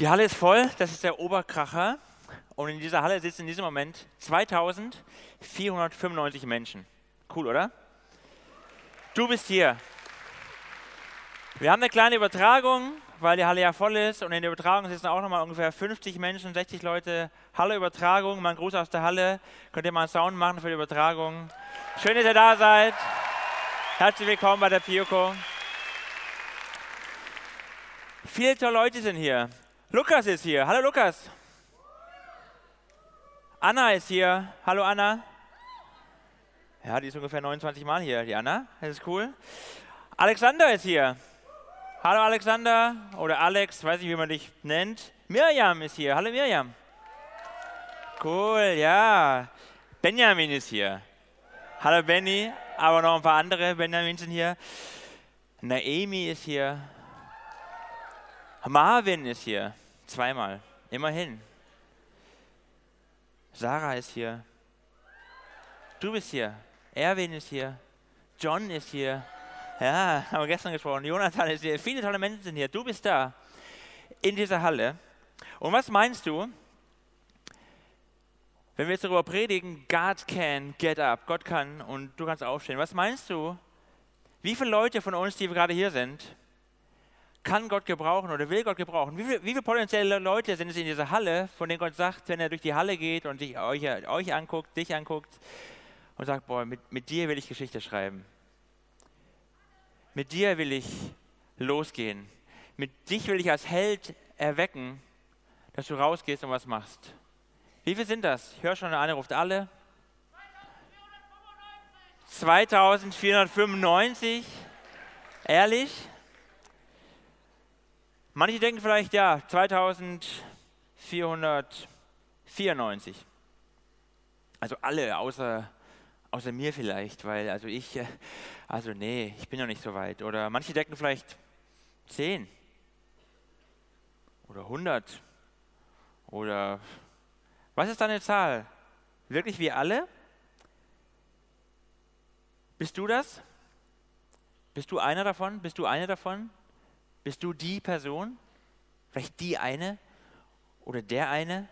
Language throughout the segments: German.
Die Halle ist voll, das ist der Oberkracher. Und in dieser Halle sitzen in diesem Moment 2495 Menschen. Cool, oder? Du bist hier. Wir haben eine kleine Übertragung, weil die Halle ja voll ist. Und in der Übertragung sitzen auch nochmal ungefähr 50 Menschen, 60 Leute. Halle-Übertragung, mal ein Gruß aus der Halle. Könnt ihr mal einen Sound machen für die Übertragung. Schön, dass ihr da seid. Herzlich willkommen bei der Pioko. Viele tolle Leute sind hier. Lukas ist hier. Hallo Lukas. Anna ist hier. Hallo Anna. Ja, die ist ungefähr 29 Mal hier, die Anna. Das ist cool. Alexander ist hier. Hallo Alexander oder Alex, weiß nicht, wie man dich nennt. Mirjam ist hier. Hallo Mirjam. Cool, ja. Benjamin ist hier. Hallo Benny, aber noch ein paar andere Benjamins sind hier. Naomi ist hier. Marvin ist hier. Zweimal. Immerhin. Sarah ist hier. Du bist hier. Erwin ist hier. John ist hier. Ja, haben wir gestern gesprochen. Jonathan ist hier. Viele tolle Menschen sind hier. Du bist da. In dieser Halle. Und was meinst du, wenn wir jetzt darüber predigen, God can get up. Gott kann und du kannst aufstehen. Was meinst du, wie viele Leute von uns, die wir gerade hier sind, kann Gott gebrauchen oder will Gott gebrauchen? Wie viele potenzielle Leute sind es in dieser Halle, von denen Gott sagt, wenn er durch die Halle geht und euch anguckt, dich anguckt und sagt, boah, mit dir will ich Geschichte schreiben. Mit dir will ich losgehen. Mit dich will ich als Held erwecken, dass du rausgehst und was machst. Wie viele sind das? Ich höre schon, einer ruft alle. 2495. Ehrlich? Manche denken vielleicht, ja, 2494. Also alle, außer mir vielleicht, weil ich bin noch nicht so weit. Oder manche denken vielleicht 10 oder 100 oder was ist deine Zahl? Wirklich wir alle? Bist du das? Bist du einer davon? Bist du eine davon? Bist du die Person? Vielleicht die eine oder der eine?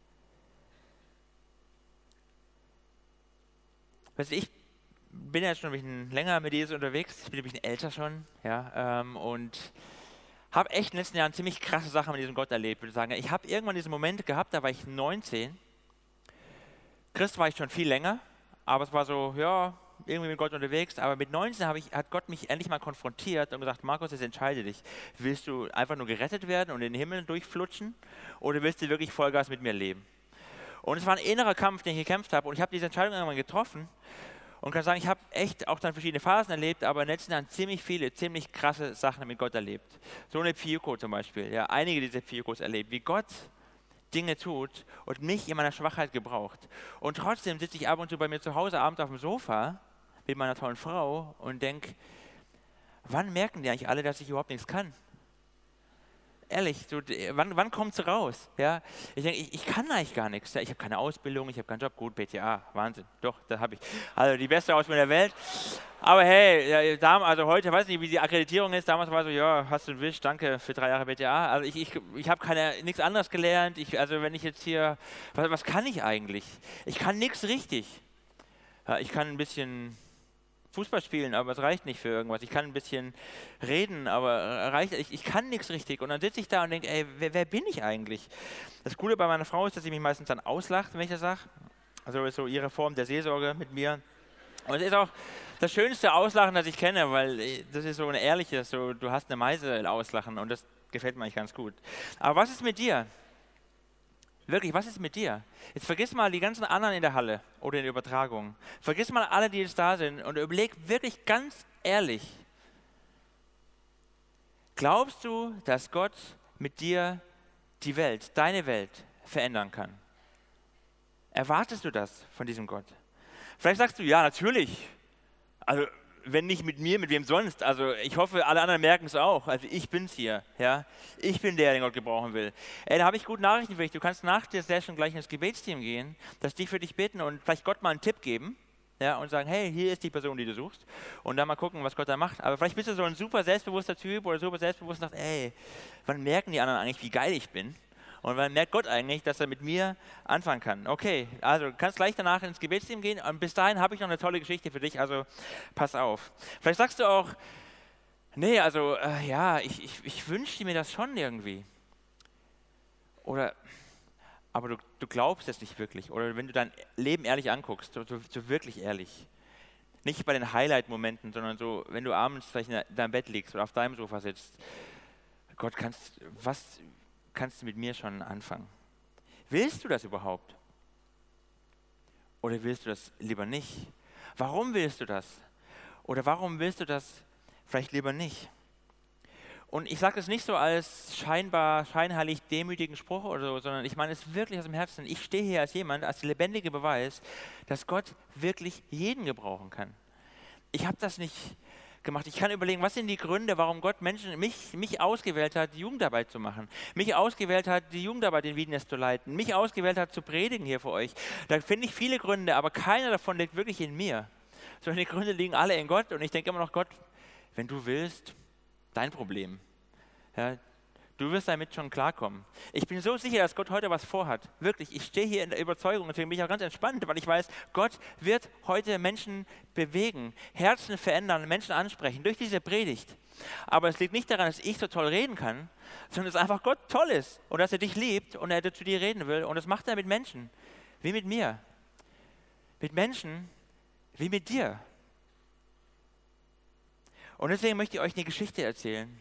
Weißt du, ich bin ja schon ein bisschen länger mit Jesus unterwegs, ich bin ein bisschen älter schon, ja, und habe echt in den letzten Jahren ziemlich krasse Sachen mit diesem Gott erlebt, würde ich sagen. Ich habe irgendwann diesen Moment gehabt, da war ich 19. Christ war ich schon viel länger, aber es war so, ja, irgendwie mit Gott unterwegs, aber mit 19 hat Gott mich endlich mal konfrontiert und gesagt, Markus, jetzt entscheide dich. Willst du einfach nur gerettet werden und in den Himmel durchflutschen oder willst du wirklich Vollgas mit mir leben? Und es war ein innerer Kampf, den ich gekämpft habe und ich habe diese Entscheidung irgendwann getroffen und kann sagen, ich habe echt auch dann verschiedene Phasen erlebt, aber in den letzten Jahren ziemlich krasse Sachen mit Gott erlebt. So eine Pioko zum Beispiel, ja, einige dieser Piokos erlebt, wie Gott Dinge tut und mich in meiner Schwachheit gebraucht. Und trotzdem sitze ich ab und zu bei mir zu Hause abends auf dem Sofa mit meiner tollen Frau und denke, wann merken die eigentlich alle, dass ich überhaupt nichts kann? Ehrlich, so, wann kommt es raus? Ja? Ich denke, ich kann eigentlich gar nichts. Ja? Ich habe keine Ausbildung, ich habe keinen Job. Gut, BTA, Wahnsinn, doch, das habe ich. Also die beste Ausbildung der Welt. Aber hey, also heute, weiß nicht, wie die Akkreditierung ist. Damals war so, ja, hast du einen Wisch, danke für 3 Jahre BTA. Also ich habe nichts anderes gelernt. Also wenn ich jetzt hier, was kann ich eigentlich? Ich kann nichts richtig. Ja, ich kann ein bisschen Fußball spielen, aber es reicht nicht für irgendwas. Ich kann ein bisschen reden, aber ich kann nichts richtig. Und dann sitze ich da und denke, ey, wer bin ich eigentlich? Das Coole bei meiner Frau ist, dass sie mich meistens dann auslacht, wenn ich das sage. Also ist so ihre Form der Seelsorge mit mir. Und es ist auch das schönste Auslachen, das ich kenne, weil das ist so ein ehrliches, so du hast eine Meise auslachen und das gefällt mir eigentlich ganz gut. Aber was ist mit dir? Wirklich, was ist mit dir? Jetzt vergiss mal die ganzen anderen in der Halle oder in der Übertragung. Vergiss mal alle, die jetzt da sind und überleg wirklich ganz ehrlich. Glaubst du, dass Gott mit dir die Welt, deine Welt verändern kann? Erwartest du das von diesem Gott? Vielleicht sagst du, ja, natürlich. Also wenn nicht mit mir, mit wem sonst? Also ich hoffe, alle anderen merken es auch. Also ich bin's hier, ja. Ich bin der, den Gott gebrauchen will. Da habe ich gute Nachrichten für dich. Du kannst nach der Session gleich ins Gebetsteam gehen, dass die für dich beten und vielleicht Gott mal einen Tipp geben, ja, und sagen, hey, hier ist die Person, die du suchst. Und dann mal gucken, was Gott da macht. Aber vielleicht bist du so ein super selbstbewusster Typ oder super selbstbewusst und sagst, ey, wann merken die anderen eigentlich, wie geil ich bin? Und dann merkt Gott eigentlich, dass er mit mir anfangen kann. Okay, also du kannst gleich danach ins Gebetsteam gehen und bis dahin habe ich noch eine tolle Geschichte für dich, also pass auf. Vielleicht sagst du auch, nee, also ja, ich wünschte mir das schon irgendwie. Oder, aber du glaubst es nicht wirklich. Oder wenn du dein Leben ehrlich anguckst, so wirklich ehrlich. Nicht bei den Highlight-Momenten, sondern so, wenn du abends vielleicht in deinem Bett liegst oder auf deinem Sofa sitzt. Gott, was kannst du mit mir schon anfangen? Willst du das überhaupt? Oder willst du das lieber nicht? Warum willst du das? Oder warum willst du das vielleicht lieber nicht? Und ich sage das nicht so als scheinheilig demütigen Spruch oder so, sondern ich meine es wirklich aus dem Herzen. Ich stehe hier als jemand, als lebendiger Beweis, dass Gott wirklich jeden gebrauchen kann. Ich habe das nicht gemacht. Ich kann überlegen, was sind die Gründe, warum Gott mich ausgewählt hat, die Jugendarbeit zu machen, mich ausgewählt hat, die Jugendarbeit in Wiedenest zu leiten, mich ausgewählt hat, zu predigen hier für euch. Da finde ich viele Gründe, aber keiner davon liegt wirklich in mir. Sondern die Gründe liegen alle in Gott und ich denke immer noch, Gott, wenn du willst, dein Problem. Ja, du wirst damit schon klarkommen. Ich bin so sicher, dass Gott heute was vorhat. Wirklich, ich stehe hier in der Überzeugung, deswegen bin ich auch ganz entspannt, weil ich weiß, Gott wird heute Menschen bewegen, Herzen verändern, Menschen ansprechen durch diese Predigt. Aber es liegt nicht daran, dass ich so toll reden kann, sondern dass einfach Gott toll ist und dass er dich liebt und er zu dir reden will. Und das macht er mit Menschen, wie mit mir. Mit Menschen, wie mit dir. Und deswegen möchte ich euch eine Geschichte erzählen.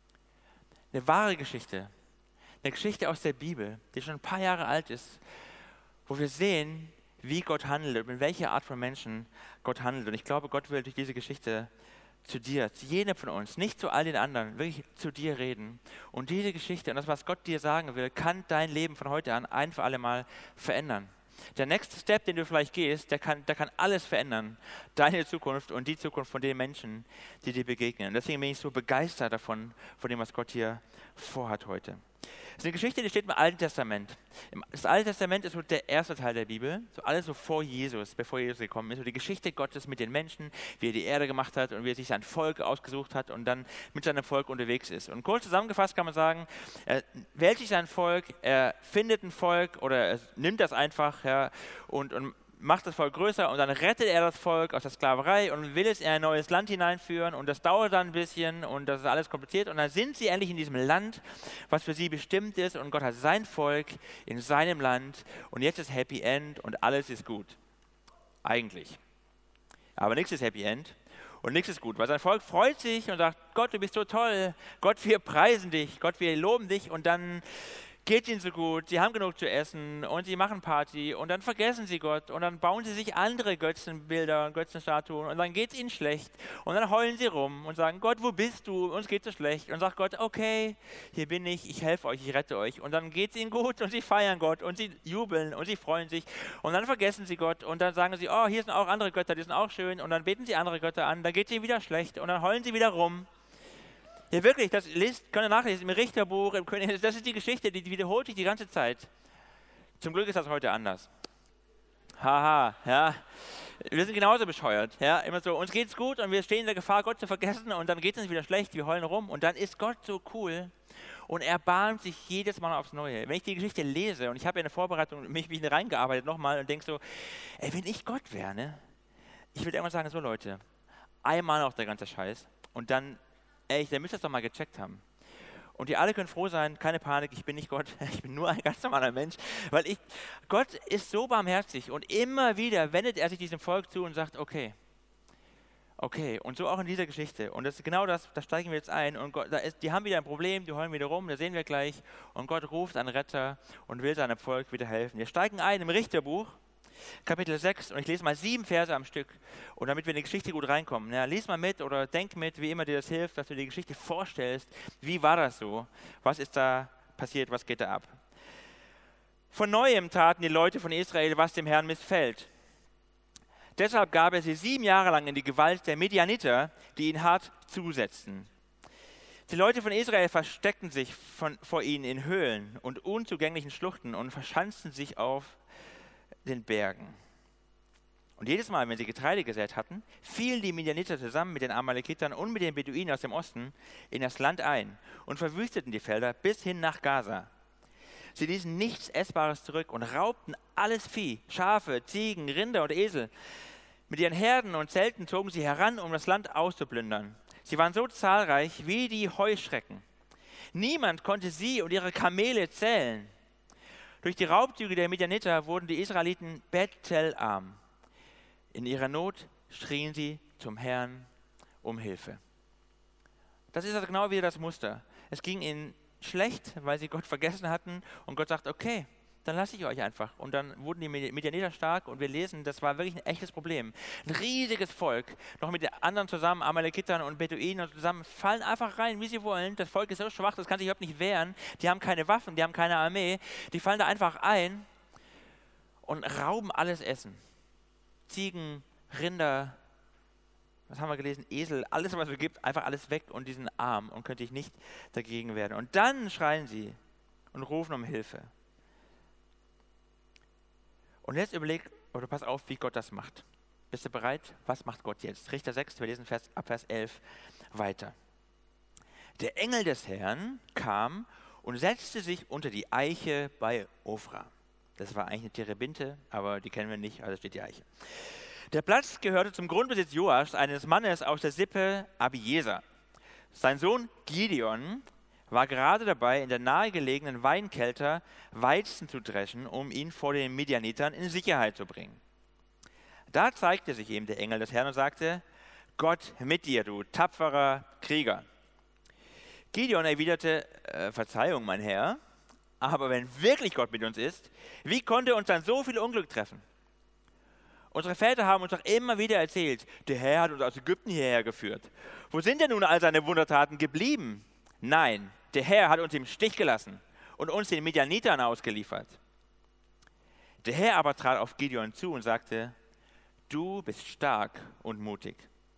Eine wahre Geschichte. Eine Geschichte aus der Bibel, die schon ein paar Jahre alt ist, wo wir sehen, wie Gott handelt und mit welcher Art von Menschen Gott handelt. Und ich glaube, Gott will durch diese Geschichte zu dir, zu jedem von uns, nicht zu all den anderen, wirklich zu dir reden. Und diese Geschichte und das, was Gott dir sagen will, kann dein Leben von heute an ein für alle Mal verändern. Der nächste Step, den du vielleicht gehst, der kann alles verändern. Deine Zukunft und die Zukunft von den Menschen, die dir begegnen. Deswegen bin ich so begeistert davon, von dem, was Gott hier vorhat heute. Das ist eine Geschichte, die steht im Alten Testament. Das Alte Testament ist so der erste Teil der Bibel, so alles so vor Jesus, bevor Jesus gekommen ist. So die Geschichte Gottes mit den Menschen, wie er die Erde gemacht hat und wie er sich sein Volk ausgesucht hat und dann mit seinem Volk unterwegs ist. Und kurz zusammengefasst kann man sagen, er wählt sich sein Volk, er findet ein Volk oder er nimmt das einfach, ja, und macht das Volk größer und dann rettet er das Volk aus der Sklaverei und will es in ein neues Land hineinführen und das dauert dann ein bisschen und das ist alles kompliziert und dann sind sie endlich in diesem Land, was für sie bestimmt ist und Gott hat sein Volk in seinem Land und jetzt ist Happy End und alles ist gut. Eigentlich. Aber nichts ist Happy End und nichts ist gut, weil sein Volk freut sich und sagt, Gott, du bist so toll, Gott, wir preisen dich, Gott, wir loben dich und dann geht ihnen so gut, sie haben genug zu essen und sie machen Party und dann vergessen sie Gott und dann bauen sie sich andere Götzenbilder, Götzenstatuen und dann geht es ihnen schlecht und dann heulen sie rum und sagen, Gott, wo bist du? Uns geht so schlecht. Und sagt Gott, okay, hier bin ich helfe euch, ich rette euch. Und dann geht es ihnen gut und sie feiern Gott und sie jubeln und sie freuen sich und dann vergessen sie Gott und dann sagen sie, oh, hier sind auch andere Götter, die sind auch schön und dann beten sie andere Götter an, dann geht es ihnen wieder schlecht und dann heulen sie wieder rum. Ja, wirklich, das könnt ihr nachlesen im Richterbuch, im König, das ist die Geschichte, die wiederholt sich die ganze Zeit. Zum Glück ist das heute anders. Haha, ja. Wir sind genauso bescheuert. Ja, immer so, uns geht's gut und wir stehen in der Gefahr, Gott zu vergessen und dann geht es uns wieder schlecht, wir heulen rum und dann ist Gott so cool und erbarmt sich jedes Mal aufs Neue. Wenn ich die Geschichte lese und ich habe ja in der Vorbereitung mich reingearbeitet nochmal und denke so, ey, wenn ich Gott wäre, ne? Ich würde irgendwann sagen, so Leute, einmal noch der ganze Scheiß und dann echt, der müsste das doch mal gecheckt haben. Und ihr alle könnt froh sein, keine Panik, ich bin nicht Gott, ich bin nur ein ganz normaler Mensch, weil Gott ist so barmherzig und immer wieder wendet er sich diesem Volk zu und sagt, okay, und so auch in dieser Geschichte. Und das ist genau das, da steigen wir jetzt ein und Gott, die haben wieder ein Problem, die heulen wieder rum, das sehen wir gleich und Gott ruft einen Retter und will seinem Volk wieder helfen. Wir steigen ein im Richterbuch, Kapitel 6 und ich lese mal 7 Verse am Stück und damit wir in die Geschichte gut reinkommen. Ja, lies mal mit oder denk mit, wie immer dir das hilft, dass du die Geschichte vorstellst. Wie war das so? Was ist da passiert? Was geht da ab? Von Neuem taten die Leute von Israel, was dem Herrn missfällt. Deshalb gab er sie 7 Jahre lang in die Gewalt der Midianiter, die ihn hart zusetzten. Die Leute von Israel versteckten sich vor ihnen in Höhlen und unzugänglichen Schluchten und verschanzten sich auf den Bergen. Und jedes Mal, wenn sie Getreide gesät hatten, fielen die Midianiter zusammen mit den Amalekitern und mit den Beduinen aus dem Osten in das Land ein und verwüsteten die Felder bis hin nach Gaza. Sie ließen nichts Essbares zurück und raubten alles Vieh, Schafe, Ziegen, Rinder und Esel. Mit ihren Herden und Zelten zogen sie heran, um das Land auszuplündern. Sie waren so zahlreich wie die Heuschrecken. Niemand konnte sie und ihre Kamele zählen. Durch die Raubzüge der Midianiter wurden die Israeliten bettelarm. In ihrer Not schrien sie zum Herrn um Hilfe. Das ist also genau wieder das Muster. Es ging ihnen schlecht, weil sie Gott vergessen hatten und Gott sagt, okay, dann lasse ich euch einfach. Und dann wurden die Midianiter stark und wir lesen, das war wirklich ein echtes Problem. Ein riesiges Volk, noch mit den anderen zusammen, Amalekitern und Beduinen und zusammen, fallen einfach rein, wie sie wollen. Das Volk ist so schwach, das kann sich überhaupt nicht wehren. Die haben keine Waffen, die haben keine Armee. Die fallen da einfach ein und rauben alles Essen. Ziegen, Rinder, was haben wir gelesen? Esel, alles, was es gibt, einfach alles weg und die sind arm und könnte ich nicht dagegen werden. Und dann schreien sie und rufen um Hilfe. Und jetzt überleg, oder pass auf, wie Gott das macht. Bist du bereit? Was macht Gott jetzt? Richter 6, wir lesen ab Vers 11 weiter. Der Engel des Herrn kam und setzte sich unter die Eiche bei Ofra. Das war eigentlich eine Terebinte, aber die kennen wir nicht, also steht die Eiche. Der Platz gehörte zum Grundbesitz Joaschs, eines Mannes aus der Sippe Abieser. Sein Sohn Gideon war gerade dabei, in der nahegelegenen Weinkelter Weizen zu dreschen, um ihn vor den Midianitern in Sicherheit zu bringen. Da zeigte sich ihm der Engel des Herrn und sagte, Gott mit dir, du tapferer Krieger. Gideon erwiderte, Verzeihung, mein Herr, aber wenn wirklich Gott mit uns ist, wie konnte uns dann so viel Unglück treffen? Unsere Väter haben uns doch immer wieder erzählt, der Herr hat uns aus Ägypten hierher geführt. Wo sind denn nun all seine Wundertaten geblieben? Nein, der Herr hat uns im Stich gelassen und uns den Midianitern ausgeliefert. Der Herr aber trat auf Gideon zu und sagte, du bist stark und mutig.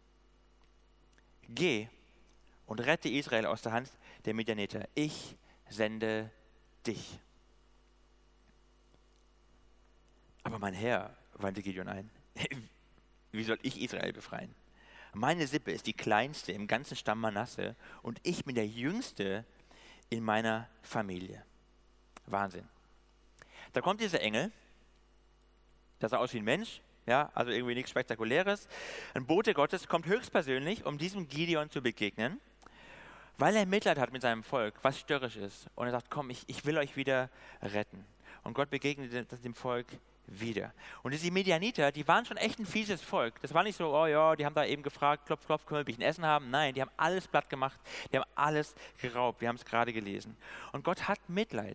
Geh und rette Israel aus der Hand der Midianiter. Ich sende dich. Aber mein Herr, wandte Gideon ein, wie soll ich Israel befreien? Meine Sippe ist die kleinste im ganzen Stamm Manasse und ich bin der Jüngste in meiner Familie. Wahnsinn. Da kommt dieser Engel, der sah aus wie ein Mensch, ja, also irgendwie nichts Spektakuläres. Ein Bote Gottes kommt höchstpersönlich, um diesem Gideon zu begegnen, weil er Mitleid hat mit seinem Volk, was störrisch ist. Und er sagt, komm, ich will euch wieder retten. Und Gott begegnet dem Volk wieder. Und diese Midianiter, die waren schon echt ein fieses Volk. Das war nicht so, oh ja, die haben da eben gefragt, klopf, klopf, können wir ein bisschen Essen haben? Nein, die haben alles platt gemacht, die haben alles geraubt. Wir haben es gerade gelesen. Und Gott hat Mitleid.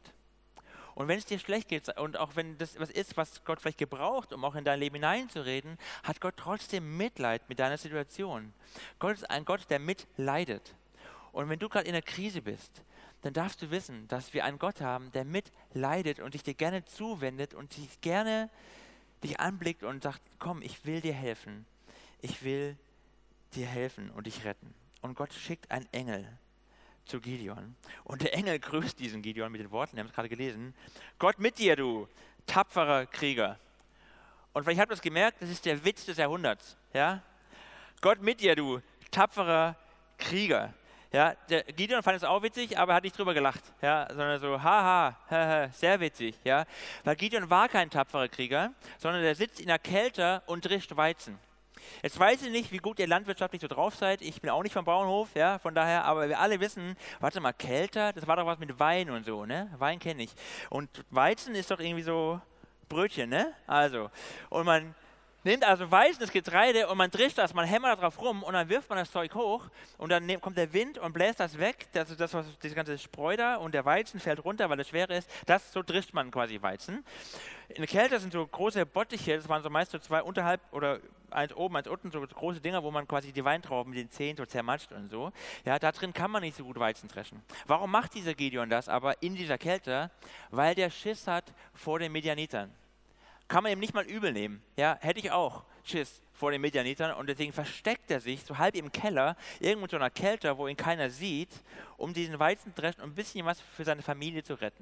Und wenn es dir schlecht geht und auch wenn das was ist, was Gott vielleicht gebraucht, um auch in dein Leben hineinzureden, hat Gott trotzdem Mitleid mit deiner Situation. Gott ist ein Gott, der mitleidet. Und wenn du gerade in einer Krise bist, dann darfst du wissen, dass wir einen Gott haben, der mitleidet und sich dir gerne zuwendet und dich gerne dich anblickt und sagt, komm, ich will dir helfen. Ich will dir helfen und dich retten. Und Gott schickt einen Engel zu Gideon. Und der Engel grüßt diesen Gideon mit den Worten, wir haben es gerade gelesen, Gott mit dir, du tapferer Krieger. Und vielleicht habt ihr es gemerkt, das ist der Witz des Jahrhunderts. Ja? Gott mit dir, du tapferer Krieger. Ja, der Gideon fand es auch witzig, aber er hat nicht drüber gelacht, ja, sondern so, haha, sehr witzig, ja, weil Gideon war kein tapferer Krieger, sondern der sitzt in der Kälte und drischt Weizen. Jetzt weiß ich nicht, wie gut ihr landwirtschaftlich so drauf seid, ich bin auch nicht vom Bauernhof, ja, von daher, aber wir alle wissen, warte mal, Kälte, das war doch was mit Wein und so, ne, Wein kenne ich. Und Weizen ist doch irgendwie so Brötchen, ne, also, und man nimmt also weißes Getreide und man drischt das, man hämmert da drauf rum und dann wirft man das Zeug hoch und dann kommt der Wind und bläst das weg, das ganze Spreu da und der Weizen fällt runter, weil es schwer ist. So drischt man quasi Weizen. In der Kälte sind so große Bottiche, das waren so meist so zwei unterhalb oder eins oben, eins unten, so große Dinger, wo man quasi die Weintrauben mit den Zehen so zermatscht und so. Ja, da drin kann man nicht so gut Weizen dreschen. Warum macht dieser Gideon das aber in dieser Kälte? Weil der Schiss hat vor den Midianitern. Kann man ihm nicht mal übel nehmen. Ja, hätte ich auch Schiss vor den Midianitern und deswegen versteckt er sich so halb im Keller, irgendwo in so einer Kälte, wo ihn keiner sieht, um diesen Weizen zu dreschen und ein bisschen was für seine Familie zu retten.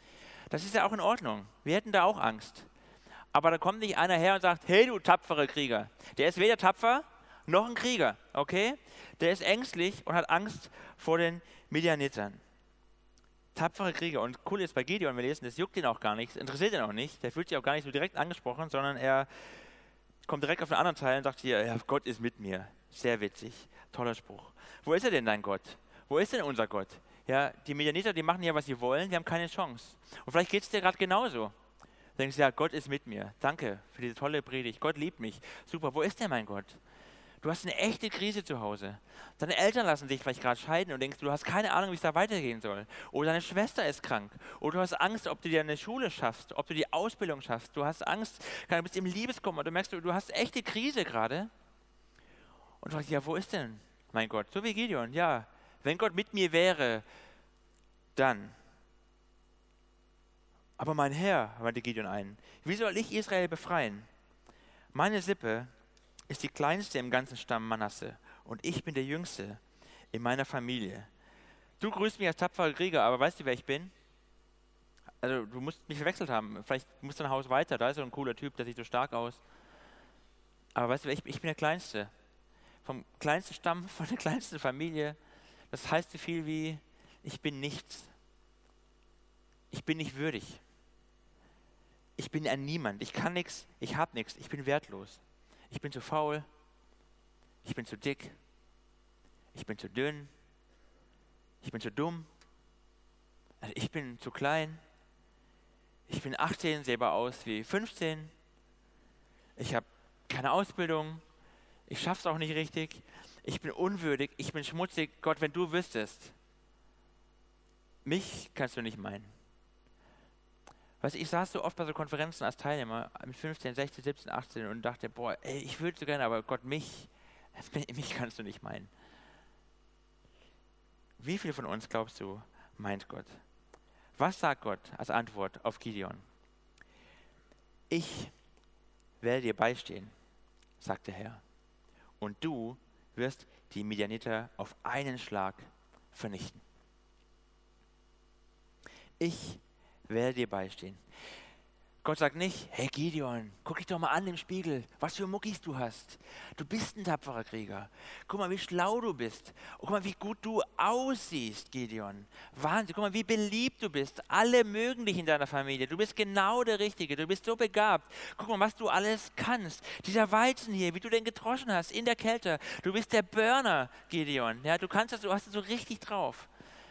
Das ist ja auch in Ordnung. Wir hätten da auch Angst. Aber da kommt nicht einer her und sagt, hey du tapfere Krieger. Der ist weder tapfer noch ein Krieger, okay? Der ist ängstlich und hat Angst vor den Midianitern. Tapfere Krieger. Und cool ist bei Gideon, wir lesen, das juckt ihn auch gar nicht, interessiert ihn auch nicht. Der fühlt sich auch gar nicht so direkt angesprochen, sondern er kommt direkt auf den anderen Teil und sagt hier, ja, Gott ist mit mir. Sehr witzig, toller Spruch. Wo ist er denn, dein Gott? Wo ist denn unser Gott? Ja, die Midianiter, die machen ja, was sie wollen, die haben keine Chance. Und vielleicht geht es dir gerade genauso. Du denkst, ja, Gott ist mit mir. Danke für diese tolle Predigt. Gott liebt mich. Super, wo ist denn mein Gott? Du hast eine echte Krise zu Hause. Deine Eltern lassen sich vielleicht gerade scheiden und denkst, du hast keine Ahnung, wie es da weitergehen soll. Oder deine Schwester ist krank. Oder du hast Angst, ob du dir eine Schule schaffst, ob du die Ausbildung schaffst. Du hast Angst, du bist im Liebeskummer. Du merkst, du hast echte Krise gerade. Und du fragst, ja, wo ist denn mein Gott? So wie Gideon, ja. Wenn Gott mit mir wäre, dann. Aber mein Herr, wandte Gideon ein, wie soll ich Israel befreien? Meine Sippe ist die kleinste im ganzen Stamm Manasse und ich bin der Jüngste in meiner Familie. Du grüßt mich als tapferer Krieger, aber weißt du, wer ich bin? Also du musst mich verwechselt haben. Vielleicht musst du ein Haus weiter, da ist so ein cooler Typ, der sieht so stark aus. Aber weißt du, ich bin der Kleinste. Vom kleinsten Stamm, von der kleinsten Familie. Das heißt so viel wie, ich bin nichts. Ich bin nicht würdig. Ich bin ein Niemand. Ich kann nichts, ich habe nichts, ich bin wertlos. Ich bin zu faul, ich bin zu dick, ich bin zu dünn, ich bin zu dumm, also ich bin zu klein, ich bin 18, sehe aber aus wie 15, ich habe keine Ausbildung, ich schaffe es auch nicht richtig, ich bin unwürdig, ich bin schmutzig. Gott, wenn du wüsstest, mich kannst du nicht meinen. Weißt du, ich saß so oft bei so Konferenzen als Teilnehmer mit 15, 16, 17, 18 und dachte, boah, ey, ich würde so gerne, aber Gott, mich kannst du nicht meinen. Wie viele von uns, glaubst du, meint Gott? Was sagt Gott als Antwort auf Gideon? Ich werde dir beistehen, sagt der Herr, und du wirst die Midianiter auf einen Schlag vernichten. Ich werde dir beistehen. Gott sagt nicht, hey Gideon, guck dich doch mal an im Spiegel, was für Muckis du hast. Du bist ein tapferer Krieger. Guck mal, wie schlau du bist. Guck mal, wie gut du aussiehst, Gideon. Wahnsinn, guck mal, wie beliebt du bist. Alle mögen dich in deiner Familie. Du bist genau der Richtige. Du bist so begabt. Guck mal, was du alles kannst. Dieser Weizen hier, wie du den getroschen hast in der Kälte. Du bist der Burner, Gideon. Ja, du kannst das, du hast es so richtig drauf.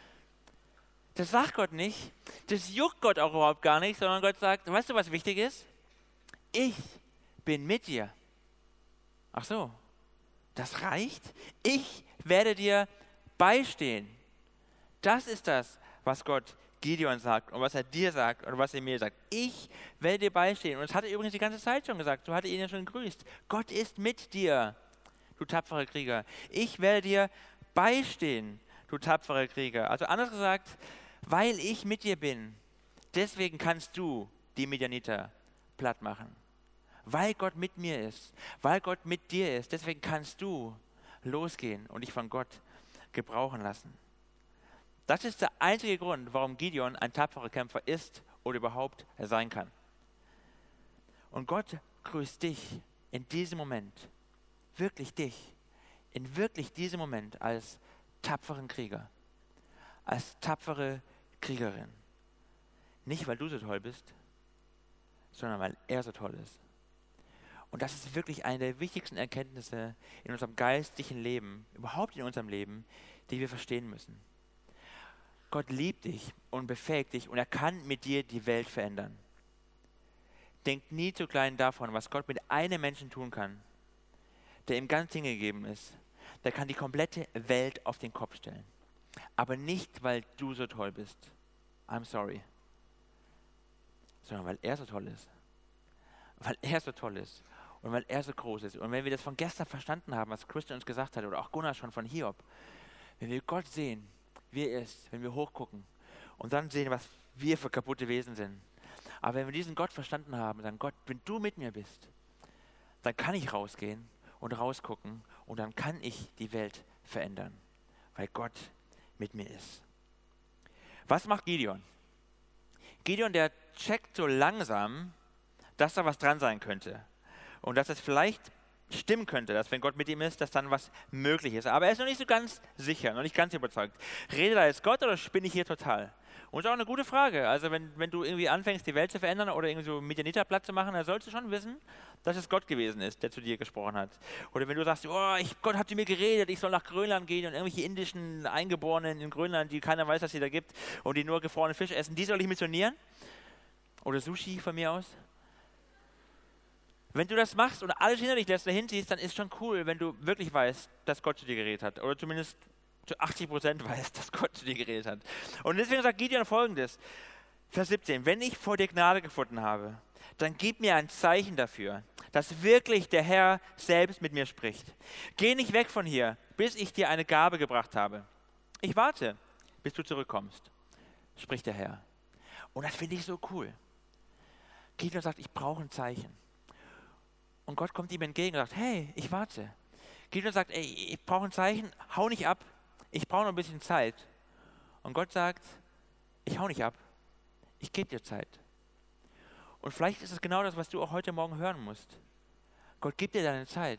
Das sagt Gott nicht, das juckt Gott auch überhaupt gar nicht, sondern Gott sagt, weißt du, was wichtig ist? Ich bin mit dir. Ach so, das reicht? Ich werde dir beistehen. Das ist das, was Gott Gideon sagt und was er dir sagt und was er mir sagt. Ich werde dir beistehen. Und das hat er übrigens die ganze Zeit schon gesagt, so hatte ihn ja schon gegrüßt. Gott ist mit dir, du tapferer Krieger. Ich werde dir beistehen, du tapferer Krieger. Also anders gesagt, weil ich mit dir bin, deswegen kannst du die Midianiter platt machen. Weil Gott mit mir ist, weil Gott mit dir ist, deswegen kannst du losgehen und dich von Gott gebrauchen lassen. Das ist der einzige Grund, warum Gideon ein tapferer Kämpfer ist oder überhaupt sein kann. Und Gott grüßt dich in diesem Moment, wirklich dich, in wirklich diesem Moment als tapferen Krieger, als tapfere Kriegerin. Nicht, weil du so toll bist, sondern weil er so toll ist. Und das ist wirklich eine der wichtigsten Erkenntnisse in unserem geistlichen Leben, überhaupt in unserem Leben, die wir verstehen müssen. Gott liebt dich und befähigt dich und er kann mit dir die Welt verändern. Denk nie zu klein davon, was Gott mit einem Menschen tun kann, der ihm ganz hingegeben ist. Der kann die komplette Welt auf den Kopf stellen. Aber nicht, weil du so toll bist. I'm sorry. Sondern weil er so toll ist. Weil er so toll ist. Und weil er so groß ist. Und wenn wir das von gestern verstanden haben, was Christian uns gesagt hat, oder auch Gunnar schon von Hiob, wenn wir Gott sehen, wie er ist, wenn wir hochgucken und dann sehen, was wir für kaputte Wesen sind. Aber wenn wir diesen Gott verstanden haben, dann Gott, wenn du mit mir bist, dann kann ich rausgehen und rausgucken und dann kann ich die Welt verändern, weil Gott mit mir ist. Was macht Gideon? Gideon, der checkt so langsam, dass da was dran sein könnte und dass es vielleicht stimmen könnte, dass wenn Gott mit ihm ist, dass dann was möglich ist. Aber er ist noch nicht so ganz sicher, noch nicht ganz überzeugt. Redet da jetzt Gott oder spinne ich hier total? Und das ist auch eine gute Frage. Also wenn du irgendwie anfängst, die Welt zu verändern oder irgendwie so Midianiter platt zu machen, dann sollst du schon wissen, dass es Gott gewesen ist, der zu dir gesprochen hat. Oder wenn du sagst, oh, Gott hat zu mir geredet, ich soll nach Grönland gehen und irgendwelche indischen Eingeborenen in Grönland, die keiner weiß, dass sie da gibt und die nur gefrorenen Fisch essen, die soll ich missionieren? Oder Sushi von mir aus? Wenn du das machst und alles hinter dich lässt, dahin ziehst, dann ist schon cool, wenn du wirklich weißt, dass Gott zu dir geredet hat. Oder zumindest zu 80% weißt, dass Gott zu dir geredet hat. Und deswegen sagt Gideon Folgendes, Vers 17, wenn ich vor dir Gnade gefunden habe, dann gib mir ein Zeichen dafür, dass wirklich der Herr selbst mit mir spricht. Geh nicht weg von hier, bis ich dir eine Gabe gebracht habe. Ich warte, bis du zurückkommst, spricht der Herr. Und das finde ich so cool. Gideon sagt, ich brauche ein Zeichen. Und Gott kommt ihm entgegen und sagt, hey, ich warte. Gideon sagt, ey, ich brauche ein Zeichen, hau nicht ab. Ich brauche noch ein bisschen Zeit. Und Gott sagt, ich hau nicht ab. Ich gebe dir Zeit. Und vielleicht ist es genau das, was du auch heute Morgen hören musst. Gott gibt dir deine Zeit.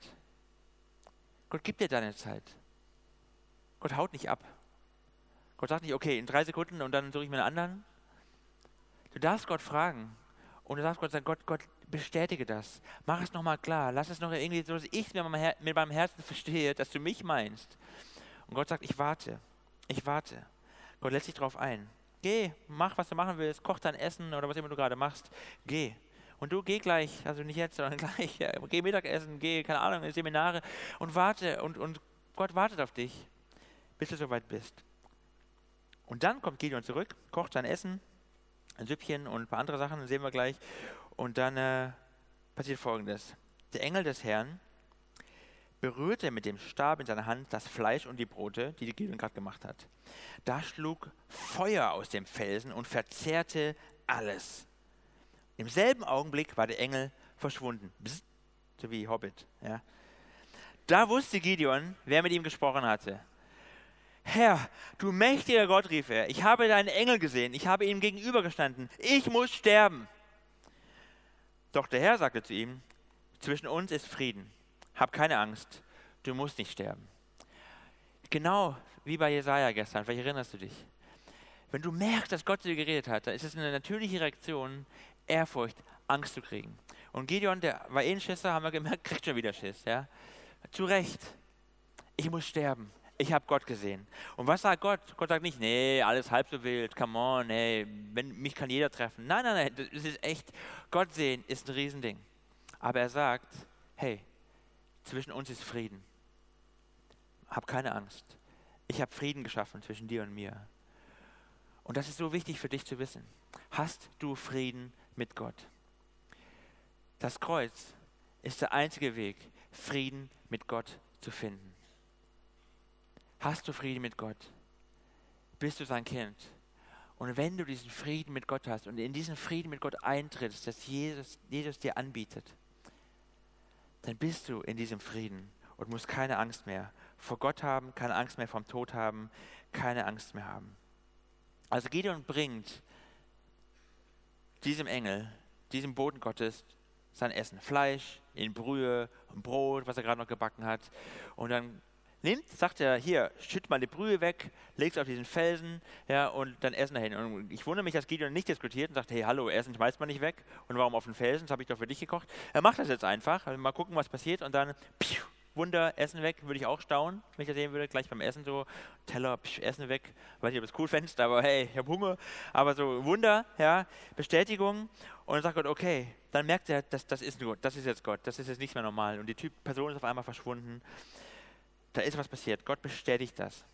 Gott gibt dir deine Zeit. Gott haut nicht ab. Gott sagt nicht, okay, in 3 Sekunden und dann suche ich mir einen anderen. Du darfst Gott fragen. Und du darfst Gott sagen, Gott, bestätige das. Mach es nochmal klar. Lass es noch irgendwie so, dass ich es mit meinem Herzen verstehe, dass du mich meinst. Und Gott sagt, ich warte. Ich warte. Gott lässt sich darauf ein. Geh, mach, was du machen willst. Koch dein Essen oder was immer du gerade machst. Geh. Und du geh gleich, also nicht jetzt, sondern gleich. Ja, geh Mittagessen, geh, keine Ahnung, in Seminare und warte. Und Gott wartet auf dich, bis du soweit bist. Und dann kommt Gideon zurück, kocht sein Essen, ein Süppchen und ein paar andere Sachen, das sehen wir gleich. Und dann passiert Folgendes. Der Engel des Herrn berührte mit dem Stab in seiner Hand das Fleisch und die Brote, die Gideon gerade gemacht hat. Da schlug Feuer aus dem Felsen und verzehrte alles. Im selben Augenblick war der Engel verschwunden. Bzzt, so wie Hobbit. Ja. Da wusste Gideon, wer mit ihm gesprochen hatte. Herr, du mächtiger Gott, rief er, ich habe deinen Engel gesehen, ich habe ihm gegenübergestanden, ich muss sterben. Doch der Herr sagte zu ihm, zwischen uns ist Frieden, hab keine Angst, du musst nicht sterben. Genau wie bei Jesaja gestern, vielleicht erinnerst du dich. Wenn du merkst, dass Gott zu dir geredet hat, dann ist es eine natürliche Reaktion, Ehrfurcht, Angst zu kriegen. Und Gideon, der war ein Schisser, haben wir gemerkt, kriegt schon wieder Schiss. Ja? Zu Recht, ich muss sterben. Ich habe Gott gesehen. Und was sagt Gott? Gott sagt nicht, nee, alles halb so wild, come on, hey, mich kann jeder treffen. Nein, nein, nein, das ist echt, Gott sehen ist ein Riesending. Aber er sagt, hey, zwischen uns ist Frieden. Hab keine Angst. Ich habe Frieden geschaffen zwischen dir und mir. Und das ist so wichtig für dich zu wissen. Hast du Frieden mit Gott? Das Kreuz ist der einzige Weg, Frieden mit Gott zu finden. Hast du Frieden mit Gott? Bist du sein Kind? Und wenn du diesen Frieden mit Gott hast und in diesen Frieden mit Gott eintrittst, das Jesus dir anbietet, dann bist du in diesem Frieden und musst keine Angst mehr vor Gott haben, keine Angst mehr vom Tod haben, keine Angst mehr haben. Also Gideon bringt diesem Engel, diesem Boten Gottes, sein Essen, Fleisch in Brühe und Brot, was er gerade noch gebacken hat. Und dann sagt er, hier, schütt mal die Brühe weg, leg's auf diesen Felsen, ja, und dann Essen dahin. Und ich wundere mich, dass Gideon nicht diskutiert und sagt, hey, hallo, Essen schmeißt man nicht weg. Und warum auf den Felsen? Das habe ich doch für dich gekocht. Er macht das jetzt einfach, mal gucken, was passiert. Und dann, Wunder, Essen weg, würde ich auch staunen, wenn ich das sehen würde, gleich beim Essen so, Teller, Essen weg. Weiß nicht, ob du es cool fändest, aber hey, ich habe Hunger. Aber so Wunder, ja, Bestätigung. Und dann sagt Gott, okay, dann merkt er, das ist Gott, das ist jetzt Gott, das ist jetzt nicht mehr normal. Und die Person ist auf einmal verschwunden. Da ist was passiert. Gott bestätigt das.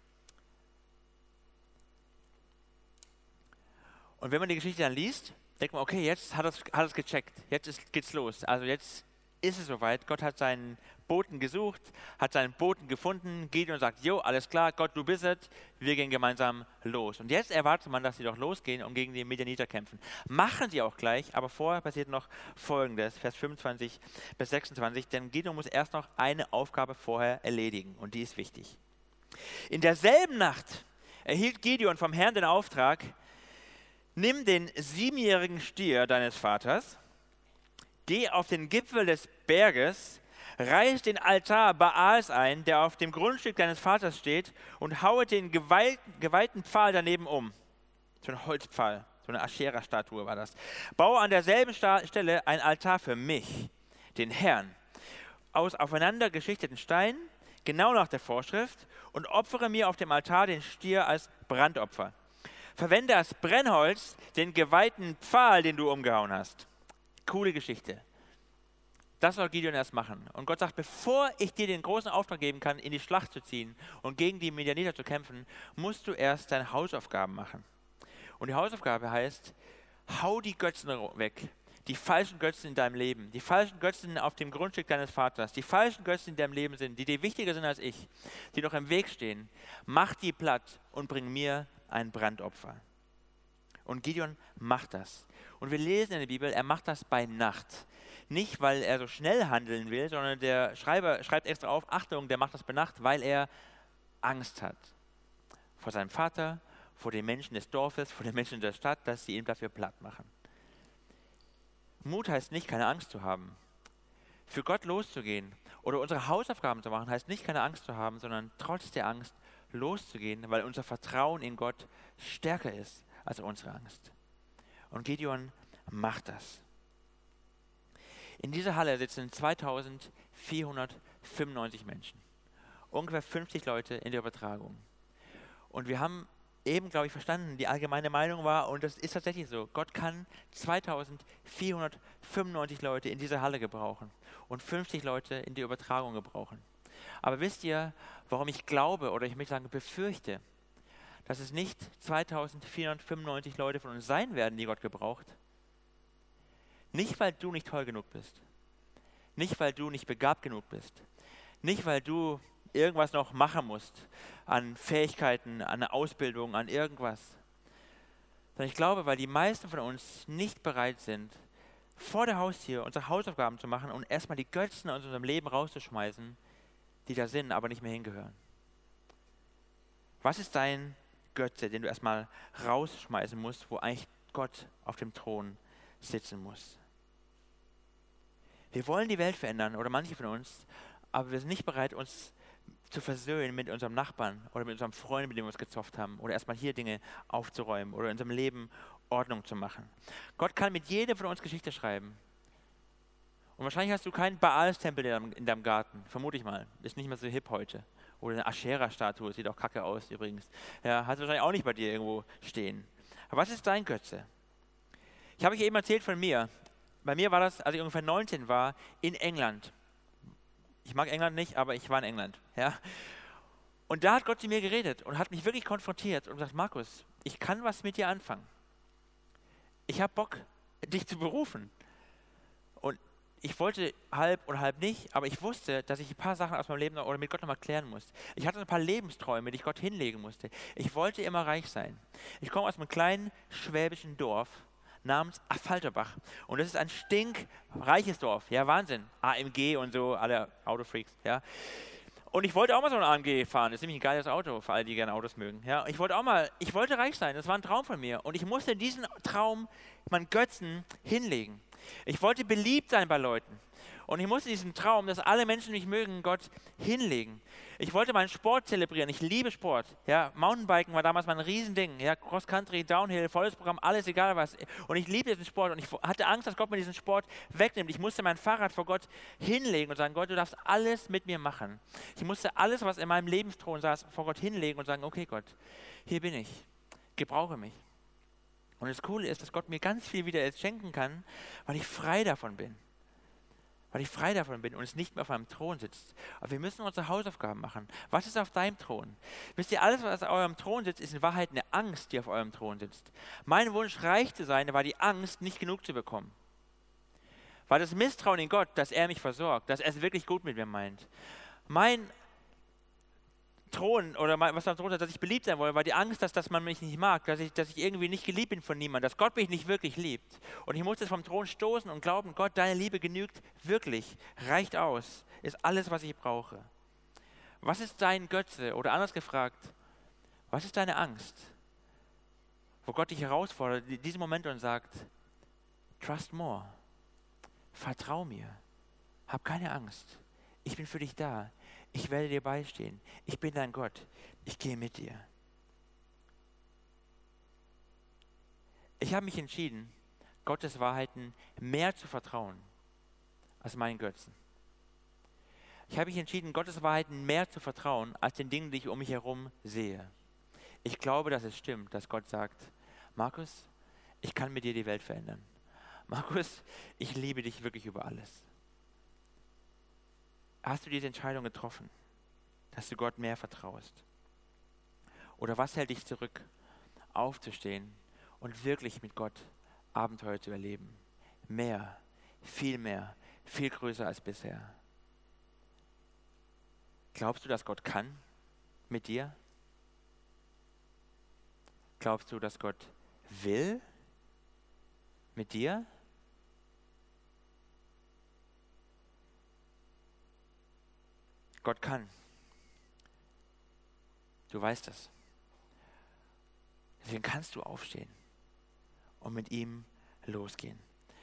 Und wenn man die Geschichte dann liest, denkt man, okay, jetzt hat es gecheckt. Jetzt geht's los. Also jetzt ist es soweit. Gott hat seinen Boten gesucht, hat seinen Boten gefunden. Gideon sagt, jo, alles klar, Gott, du bist es. Wir gehen gemeinsam los. Und jetzt erwartet man, dass sie doch losgehen und gegen die Midianiter kämpfen. Machen sie auch gleich, aber vorher passiert noch Folgendes, Vers 25 bis 26. Denn Gideon muss erst noch eine Aufgabe vorher erledigen und die ist wichtig. In derselben Nacht erhielt Gideon vom Herrn den Auftrag, nimm den 7-jährigen Stier deines Vaters, geh auf den Gipfel des Berges, reiß den Altar Baals ein, der auf dem Grundstück deines Vaters steht, und haue den geweihten Pfahl daneben um. so ein Holzpfahl, so eine Aschera-Statue war das. Baue an derselben Stelle ein Altar für mich, den Herrn, aus aufeinander geschichteten Steinen, genau nach der Vorschrift, und opfere mir auf dem Altar den Stier als Brandopfer. Verwende als Brennholz den geweihten Pfahl, den du umgehauen hast. Coole Geschichte. Das soll Gideon erst machen. Und Gott sagt, bevor ich dir den großen Auftrag geben kann, in die Schlacht zu ziehen und gegen die Midianiter zu kämpfen, musst du erst deine Hausaufgaben machen. Und die Hausaufgabe heißt, hau die Götzen weg. Die falschen Götzen in deinem Leben, die falschen Götzen auf dem Grundstück deines Vaters, die falschen Götzen in deinem Leben sind, die dir wichtiger sind als ich, die noch im Weg stehen, mach die platt und bring mir ein Brandopfer. Und Gideon macht das. Und wir lesen in der Bibel, er macht das bei Nacht. Nicht, weil er so schnell handeln will, sondern der Schreiber schreibt extra auf, Achtung, der macht das bei Nacht, weil er Angst hat. Vor seinem Vater, vor den Menschen des Dorfes, vor den Menschen der Stadt, dass sie ihn dafür platt machen. Mut heißt nicht, keine Angst zu haben. Für Gott loszugehen oder unsere Hausaufgaben zu machen, heißt nicht, keine Angst zu haben, sondern trotz der Angst loszugehen, weil unser Vertrauen in Gott stärker ist als unsere Angst. Und Gideon macht das. In dieser Halle sitzen 2495 Menschen. Ungefähr 50 Leute in der Übertragung. Und wir haben eben, glaube ich, verstanden, die allgemeine Meinung war, und das ist tatsächlich so, Gott kann 2495 Leute in dieser Halle gebrauchen und 50 Leute in der Übertragung gebrauchen. Aber wisst ihr, warum ich glaube, oder ich möchte sagen, befürchte, dass es nicht 2495 Leute von uns sein werden, die Gott gebraucht? Nicht, weil du nicht toll genug bist, nicht, weil du nicht begabt genug bist, nicht, weil du irgendwas noch machen musst, an Fähigkeiten, an eine Ausbildung, an irgendwas. Sondern ich glaube, weil die meisten von uns nicht bereit sind, vor der Haustür unsere Hausaufgaben zu machen und erstmal die Götzen aus unserem Leben rauszuschmeißen, die da sind, aber nicht mehr hingehören. Was ist dein Götze, den du erstmal rausschmeißen musst, wo eigentlich Gott auf dem Thron sitzen muss? Wir wollen die Welt verändern, oder manche von uns, aber wir sind nicht bereit, uns zu versöhnen mit unserem Nachbarn oder mit unserem Freund, mit dem wir uns gezofft haben, oder erstmal hier Dinge aufzuräumen oder in unserem Leben Ordnung zu machen. Gott kann mit jedem von uns Geschichte schreiben. Und wahrscheinlich hast du keinen Baals-Tempel in deinem Garten, vermute ich mal. Ist nicht mehr so hip heute. Oder eine Aschera-Statue, sieht auch kacke aus übrigens. Ja, hast du wahrscheinlich auch nicht bei dir irgendwo stehen. Aber was ist dein Götze? Ich habe euch eben erzählt von mir. Bei mir war das, als ich ungefähr 19 war, in England. Ich mag England nicht, aber ich war in England. Ja? Und da hat Gott zu mir geredet und hat mich wirklich konfrontiert und gesagt, Markus, ich kann was mit dir anfangen. Ich habe Bock, dich zu berufen. Und ich wollte halb und halb nicht, aber ich wusste, dass ich ein paar Sachen aus meinem Leben oder mit Gott nochmal klären muss. Ich hatte ein paar Lebensträume, die ich Gott hinlegen musste. Ich wollte immer reich sein. Ich komme aus einem kleinen schwäbischen Dorf namens Affalterbach. Und das ist ein stinkreiches Dorf. Ja, Wahnsinn. AMG und so, alle Autofreaks. Ja. Und ich wollte auch mal so ein AMG fahren. Das ist nämlich ein geiles Auto, für alle, die gerne Autos mögen. Ja. Ich wollte reich sein. Das war ein Traum von mir. Und ich musste diesen Traum, meinen Götzen, hinlegen. Ich wollte beliebt sein bei Leuten. Und ich musste diesen Traum, dass alle Menschen mich mögen, Gott hinlegen. Ich wollte meinen Sport zelebrieren. Ich liebe Sport. Ja, Mountainbiken war damals mein Riesending. Ja, Cross-Country, Downhill, volles Programm, alles egal was. Und ich liebe diesen Sport. Und ich hatte Angst, dass Gott mir diesen Sport wegnimmt. Ich musste mein Fahrrad vor Gott hinlegen und sagen, Gott, du darfst alles mit mir machen. Ich musste alles, was in meinem Lebensthron saß, vor Gott hinlegen und sagen, okay Gott, hier bin ich. Gebrauche mich. Und das Coole ist, dass Gott mir ganz viel wieder jetzt schenken kann, weil ich frei davon bin. Weil ich frei davon bin und es nicht mehr auf meinem Thron sitzt. Aber wir müssen unsere Hausaufgaben machen. Was ist auf deinem Thron? Wisst ihr, alles, was auf eurem Thron sitzt, ist in Wahrheit eine Angst, die auf eurem Thron sitzt. Mein Wunsch, reich zu sein, war die Angst, nicht genug zu bekommen. War das Misstrauen in Gott, dass er mich versorgt, dass er es wirklich gut mit mir meint. Mein Thron oder was am Thron ist, dass ich beliebt sein wollte, war die Angst, dass man mich nicht mag, dass ich irgendwie nicht geliebt bin von niemandem, dass Gott mich nicht wirklich liebt. Und ich musste es vom Thron stoßen und glauben, Gott, deine Liebe genügt wirklich, reicht aus, ist alles, was ich brauche. Was ist dein Götze? Oder anders gefragt, was ist deine Angst? Wo Gott dich herausfordert, in diesem Moment und sagt, trust more, vertrau mir, hab keine Angst, ich bin für dich da. Ich werde dir beistehen. Ich bin dein Gott. Ich gehe mit dir. Ich habe mich entschieden, Gottes Wahrheiten mehr zu vertrauen als meinen Götzen. Ich habe mich entschieden, Gottes Wahrheiten mehr zu vertrauen als den Dingen, die ich um mich herum sehe. Ich glaube, dass es stimmt, dass Gott sagt, Markus, ich kann mit dir die Welt verändern. Markus, ich liebe dich wirklich über alles. Hast du diese Entscheidung getroffen, dass du Gott mehr vertraust? Oder was hält dich zurück, aufzustehen und wirklich mit Gott Abenteuer zu erleben? Mehr, viel größer als bisher. Glaubst du, dass Gott kann mit dir? Glaubst du, dass Gott will mit dir? Gott kann. Du weißt das. Deswegen kannst du aufstehen und mit ihm losgehen.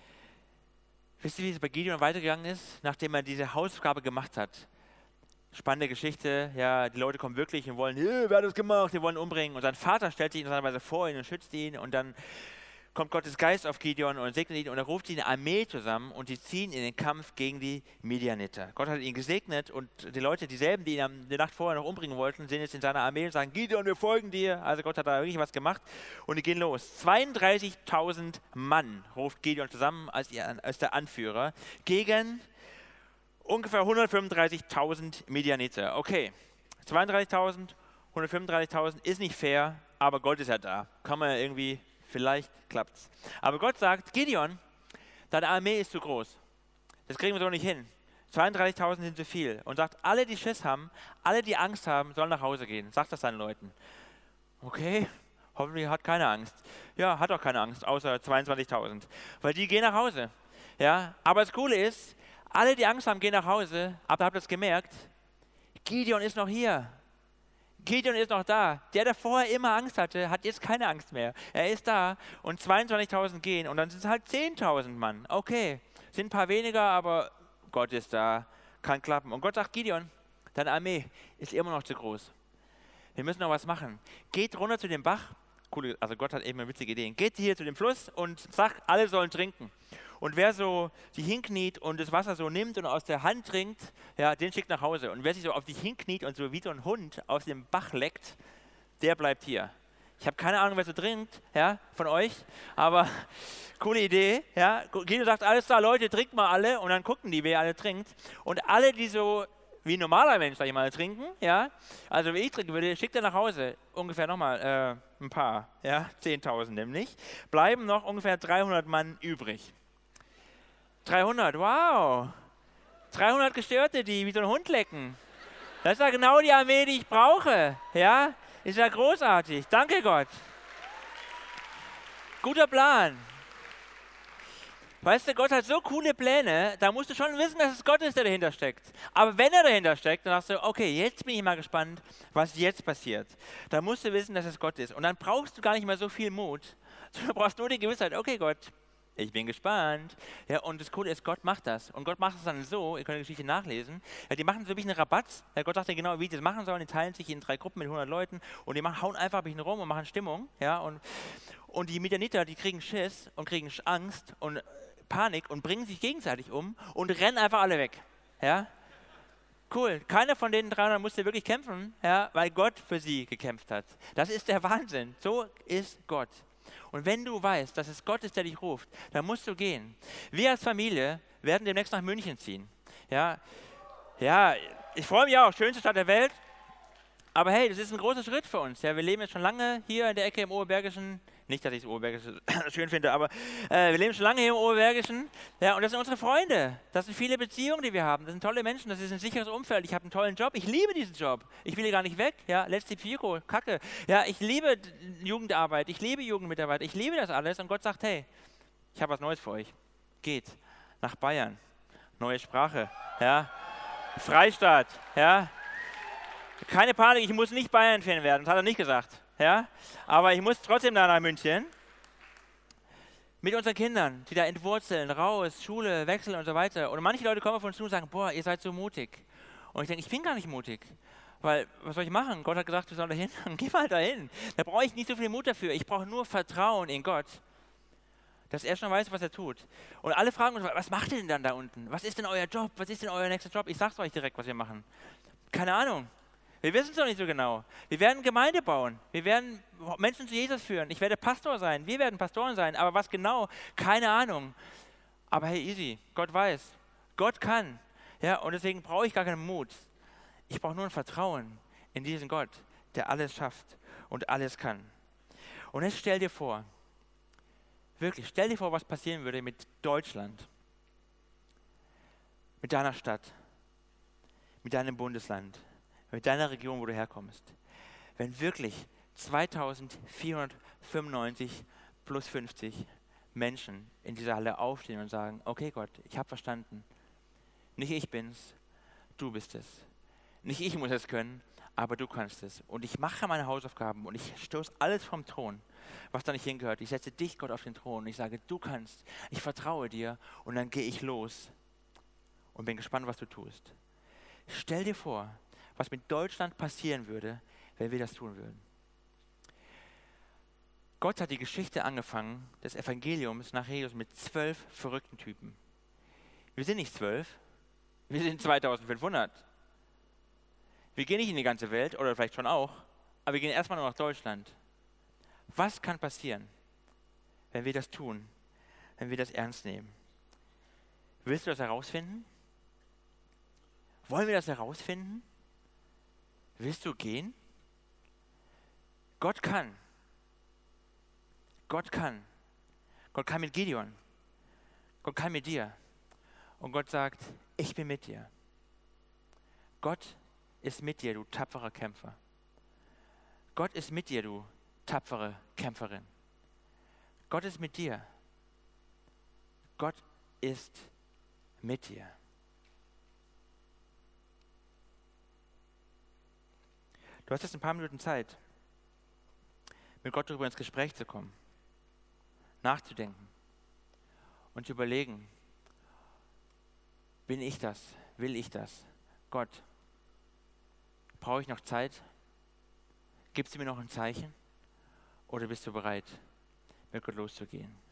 Wisst ihr, wie es bei Gideon weitergegangen ist, nachdem er diese Hausaufgabe gemacht hat? Spannende Geschichte, ja, die Leute kommen wirklich und wollen, wer hat das gemacht, die wollen ihn umbringen. Und sein Vater stellt sich in seiner Weise vor ihn und schützt ihn. Und dann kommt Gottes Geist auf Gideon und segnet ihn und er ruft eine Armee zusammen und die ziehen in den Kampf gegen die Midianiter. Gott hat ihn gesegnet und die Leute, dieselben, die ihn die Nacht vorher noch umbringen wollten, sind jetzt in seiner Armee und sagen, Gideon, wir folgen dir. Also Gott hat da wirklich was gemacht und die gehen los. 32.000 Mann ruft Gideon zusammen als der Anführer gegen ungefähr 135.000 Midianiter. Okay, 32.000, 135.000 ist nicht fair, aber Gott ist ja da. Kann man ja irgendwie... Vielleicht klappt's. Aber Gott sagt, Gideon, deine Armee ist zu groß. Das kriegen wir so nicht hin. 32.000 sind zu viel. Und sagt, alle, die Schiss haben, alle, die Angst haben, sollen nach Hause gehen. Sagt das seinen Leuten. Okay, hoffentlich hat keiner Angst. Ja, hat auch keine Angst, außer 22.000. Weil die gehen nach Hause. Ja, aber das Coole ist, alle, die Angst haben, gehen nach Hause. Aber habt ihr das gemerkt? Gideon ist noch hier. Gideon ist noch da. Der vorher immer Angst hatte, hat jetzt keine Angst mehr. Er ist da und 22.000 gehen und dann sind es halt 10.000 Mann. Okay, sind ein paar weniger, aber Gott ist da, kann klappen. Und Gott sagt, Gideon, deine Armee ist immer noch zu groß. Wir müssen noch was machen. Geht runter zu dem Bach. Cool, also Gott hat eben eine witzige Idee. Geht hier zu dem Fluss und sagt, alle sollen trinken. Und wer so sich hinkniet und das Wasser so nimmt und aus der Hand trinkt, ja, den schickt nach Hause. Und wer sich so auf sich hinkniet und so wie so ein Hund aus dem Bach leckt, der bleibt hier. Ich habe keine Ahnung, wer so trinkt, ja, von euch, aber coole Idee. Ja. Gideon sagt, alles klar, Leute, trinkt mal alle. Und dann gucken die, wer alle trinkt. Und alle, die so wie ein normaler Mensch, sag ich mal, trinken, ja, also wie ich trinken würde, schickt er nach Hause. Ungefähr nochmal ein paar, ja, 10.000 nämlich. Bleiben noch ungefähr 300 Mann übrig. 300, wow. 300 Gestörte, die wie so ein Hund lecken. Das ist ja genau die Armee, die ich brauche. Ja, ist ja großartig. Danke Gott. Guter Plan. Weißt du, Gott hat so coole Pläne, da musst du schon wissen, dass es Gott ist, der dahinter steckt. Aber wenn er dahinter steckt, dann sagst du, okay, jetzt bin ich mal gespannt, was jetzt passiert. Da musst du wissen, dass es Gott ist. Und dann brauchst du gar nicht mehr so viel Mut. Du brauchst nur die Gewissheit, okay Gott, ich bin gespannt. Ja, und das Coole ist, Gott macht das. Und Gott macht es dann so, ihr könnt die Geschichte nachlesen, ja, die machen so ein bisschen Rabatt. Ja, Gott sagt ja genau, wie die das machen sollen. Die teilen sich in 3 Gruppen mit 100 Leuten und die hauen einfach ein bisschen rum und machen Stimmung. Ja, und die Midianiter, die kriegen Schiss und kriegen Angst und Panik und bringen sich gegenseitig um und rennen einfach alle weg. Ja? Cool. Keiner von den 300 musste wirklich kämpfen, ja, weil Gott für sie gekämpft hat. Das ist der Wahnsinn. So ist Gott. Und wenn du weißt, dass es Gott ist, der dich ruft, dann musst du gehen. Wir als Familie werden demnächst nach München ziehen. Ja, ich freue mich auch, schönste Stadt der Welt. Aber hey, das ist ein großer Schritt für uns. Ja, wir leben jetzt schon lange hier in der Ecke im Oberbergischen. Nicht, dass ich das Oberbergische schön finde, aber wir leben schon lange hier im Oberbergischen. Ja, und das sind unsere Freunde. Das sind viele Beziehungen, die wir haben. Das sind tolle Menschen. Das ist ein sicheres Umfeld. Ich habe einen tollen Job. Ich liebe diesen Job. Ich will hier gar nicht weg. Ja, letzte Piro, Kacke. Ja, ich liebe Jugendarbeit. Ich liebe Jugendmitarbeit. Ich liebe das alles. Und Gott sagt, hey, ich habe was Neues für euch. Geht nach Bayern. Neue Sprache. Ja, Freistaat. Ja. Keine Panik, ich muss nicht Bayern-Fan werden, das hat er nicht gesagt. Ja? Aber ich muss trotzdem da nach München. Mit unseren Kindern, die da entwurzeln, raus, Schule, Wechsel und so weiter. Und manche Leute kommen auf uns zu und sagen, boah, ihr seid so mutig. Und ich denke, ich bin gar nicht mutig. Weil, was soll ich machen? Gott hat gesagt, wir sollen da hin. Dann geh mal dahin. Da brauche ich nicht so viel Mut dafür. Ich brauche nur Vertrauen in Gott. Dass er schon weiß, was er tut. Und alle fragen uns, was macht ihr denn dann da unten? Was ist denn euer Job? Was ist denn euer nächster Job? Ich sag's euch direkt, was wir machen. Keine Ahnung. Wir wissen es noch nicht so genau. Wir werden Gemeinde bauen. Wir werden Menschen zu Jesus führen. Ich werde Pastor sein. Wir werden Pastoren sein. Aber was genau? Keine Ahnung. Aber hey, easy. Gott weiß. Gott kann. Ja, und deswegen brauche ich gar keinen Mut. Ich brauche nur ein Vertrauen in diesen Gott, der alles schafft und alles kann. Und jetzt stell dir vor, wirklich, stell dir vor, was passieren würde mit Deutschland, mit deiner Stadt, mit deinem Bundesland, mit deiner Region, wo du herkommst. Wenn wirklich 2495 plus 50 Menschen in dieser Halle aufstehen und sagen, okay Gott, ich habe verstanden, nicht ich bin's, du bist es. Nicht ich muss es können, aber du kannst es. Und ich mache meine Hausaufgaben und ich stoße alles vom Thron, was da nicht hingehört. Ich setze dich, Gott, auf den Thron und ich sage, du kannst, ich vertraue dir und dann gehe ich los und bin gespannt, was du tust. Stell dir vor, was mit Deutschland passieren würde, wenn wir das tun würden. Gott hat die Geschichte angefangen, des Evangeliums nach Jesus mit 12 verrückten Typen. Wir sind nicht 12, wir sind 2500. Wir gehen nicht in die ganze Welt, oder vielleicht schon auch, aber wir gehen erstmal nur nach Deutschland. Was kann passieren, wenn wir das tun, wenn wir das ernst nehmen? Willst du das herausfinden? Wollen wir das herausfinden? Willst du gehen? Gott kann. Gott kann. Gott kann mit Gideon. Gott kann mit dir. Und Gott sagt, ich bin mit dir. Gott ist mit dir, du tapferer Kämpfer. Gott ist mit dir, du tapfere Kämpferin. Gott ist mit dir. Gott ist mit dir. Du hast jetzt ein paar Minuten Zeit, mit Gott darüber ins Gespräch zu kommen, nachzudenken und zu überlegen, bin ich das? Will ich das? Gott, brauche ich noch Zeit? Gibst du mir noch ein Zeichen? Oder bist du bereit, mit Gott loszugehen?